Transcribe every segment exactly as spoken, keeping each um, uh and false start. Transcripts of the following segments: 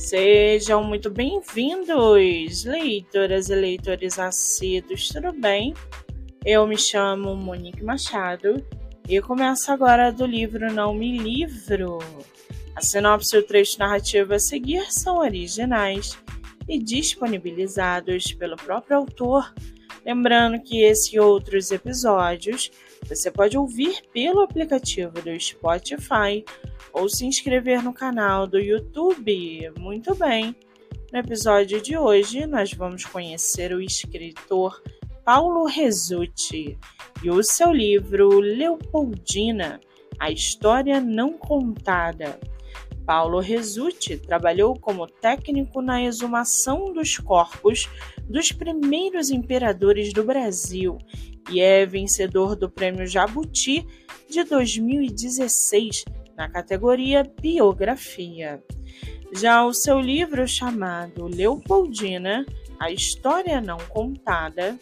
Sejam muito bem-vindos, leitoras e leitores assíduos, tudo bem? Eu me chamo Monique Machado e começo agora do livro Não Me Livro. A sinopse e o trecho narrativo a seguir são originais e disponibilizados pelo próprio autor. Lembrando que esse e outros episódios você pode ouvir pelo aplicativo do Spotify ou se inscrever no canal do YouTube. Muito bem! No episódio de hoje, nós vamos conhecer o escritor Paulo Rezzutti e o seu livro Leopoldina, a História Não Contada. Paulo Rezzutti trabalhou como técnico na exumação dos corpos dos primeiros imperadores do Brasil e é vencedor do Prêmio Jabuti de dois mil e dezesseis na categoria Biografia. Já o seu livro chamado Leopoldina, a História Não Contada,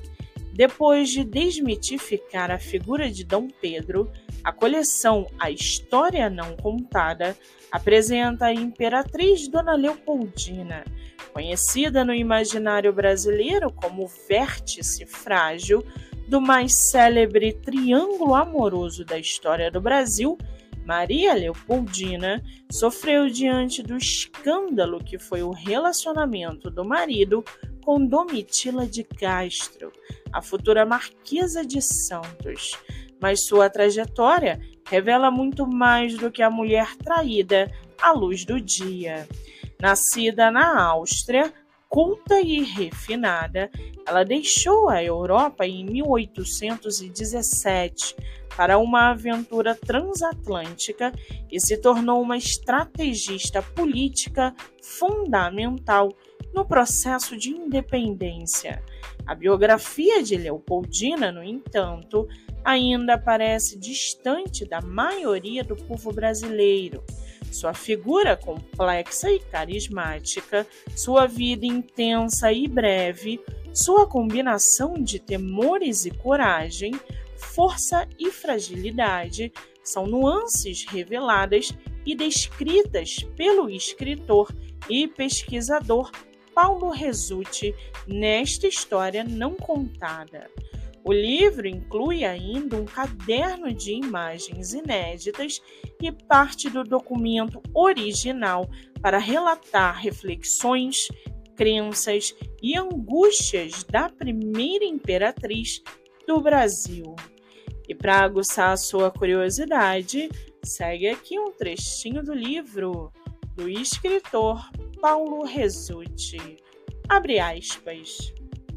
depois de desmitificar a figura de Dom Pedro, a coleção A História Não Contada apresenta a imperatriz Dona Leopoldina, conhecida no imaginário brasileiro como vértice frágil do mais célebre triângulo amoroso da história do Brasil. Maria Leopoldina sofreu diante do escândalo que foi o relacionamento do marido com Domitila de Castro, a futura Marquesa de Santos. Mas sua trajetória revela muito mais do que a mulher traída à luz do dia. Nascida na Áustria, culta e refinada, ela deixou a Europa em mil oitocentos e dezessete para uma aventura transatlântica e se tornou uma estrategista política fundamental no processo de independência. A biografia de Leopoldina, no entanto, ainda parece distante da maioria do povo brasileiro. Sua figura complexa e carismática, sua vida intensa e breve, sua combinação de temores e coragem, força e fragilidade são nuances reveladas e descritas pelo escritor e pesquisador Paulo Rezzutti nesta História Não Contada. O livro inclui ainda um caderno de imagens inéditas e parte do documento original para relatar reflexões, crenças e angústias da primeira imperatriz do Brasil. E para aguçar a sua curiosidade, segue aqui um trechinho do livro do escritor Paulo Rezzutti. Abre aspas.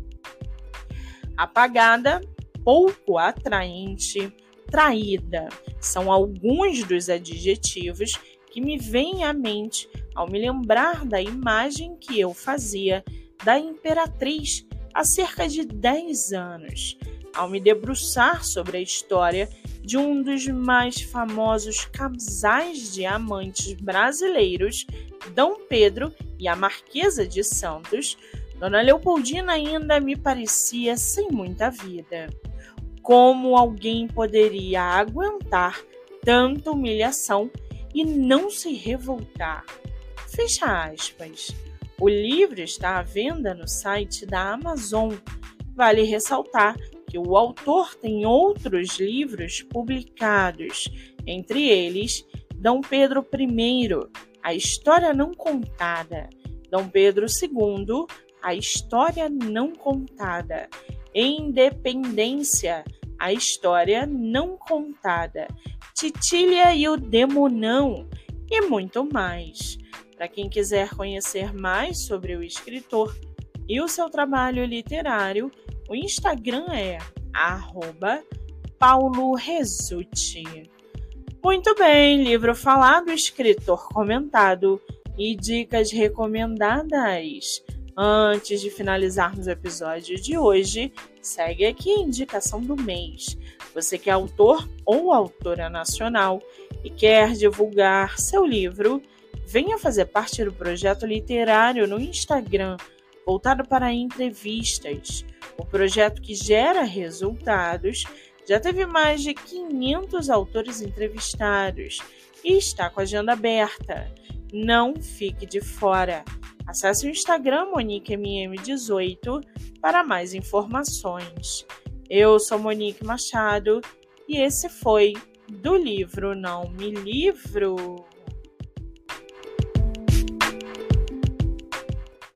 Apagada, pouco atraente, traída são alguns dos adjetivos que me vêm à mente ao me lembrar da imagem que eu fazia da imperatriz há cerca de dez anos, ao me debruçar sobre a história de um dos mais famosos casais de amantes brasileiros, Dom Pedro e a Marquesa de Santos. Dona Leopoldina ainda me parecia sem muita vida. Como alguém poderia aguentar tanta humilhação e não se revoltar? Fecha aspas. O livro está à venda no site da Amazon. Vale ressaltar que o autor tem outros livros publicados, entre eles Dom Pedro I, A História Não Contada, Dom Pedro segundo, A História Não Contada, Independência, A História Não Contada, Titília e o Demonão e muito mais. Para quem quiser conhecer mais sobre o escritor e o seu trabalho literário, o Instagram é arroba Paulo Rezzutti. Muito bem, livro falado, escritor comentado e dicas recomendadas. Antes de finalizarmos o episódio de hoje, segue aqui a indicação do mês. Você que é autor ou autora nacional e quer divulgar seu livro, venha fazer parte do projeto literário no Instagram, voltado para entrevistas. O projeto que gera resultados já teve mais de quinhentos autores entrevistados e está com a agenda aberta. Não fique de fora. Acesse o Instagram Monique M M dezoito para mais informações. Eu sou Monique Machado e esse foi do livro Não Me Livro.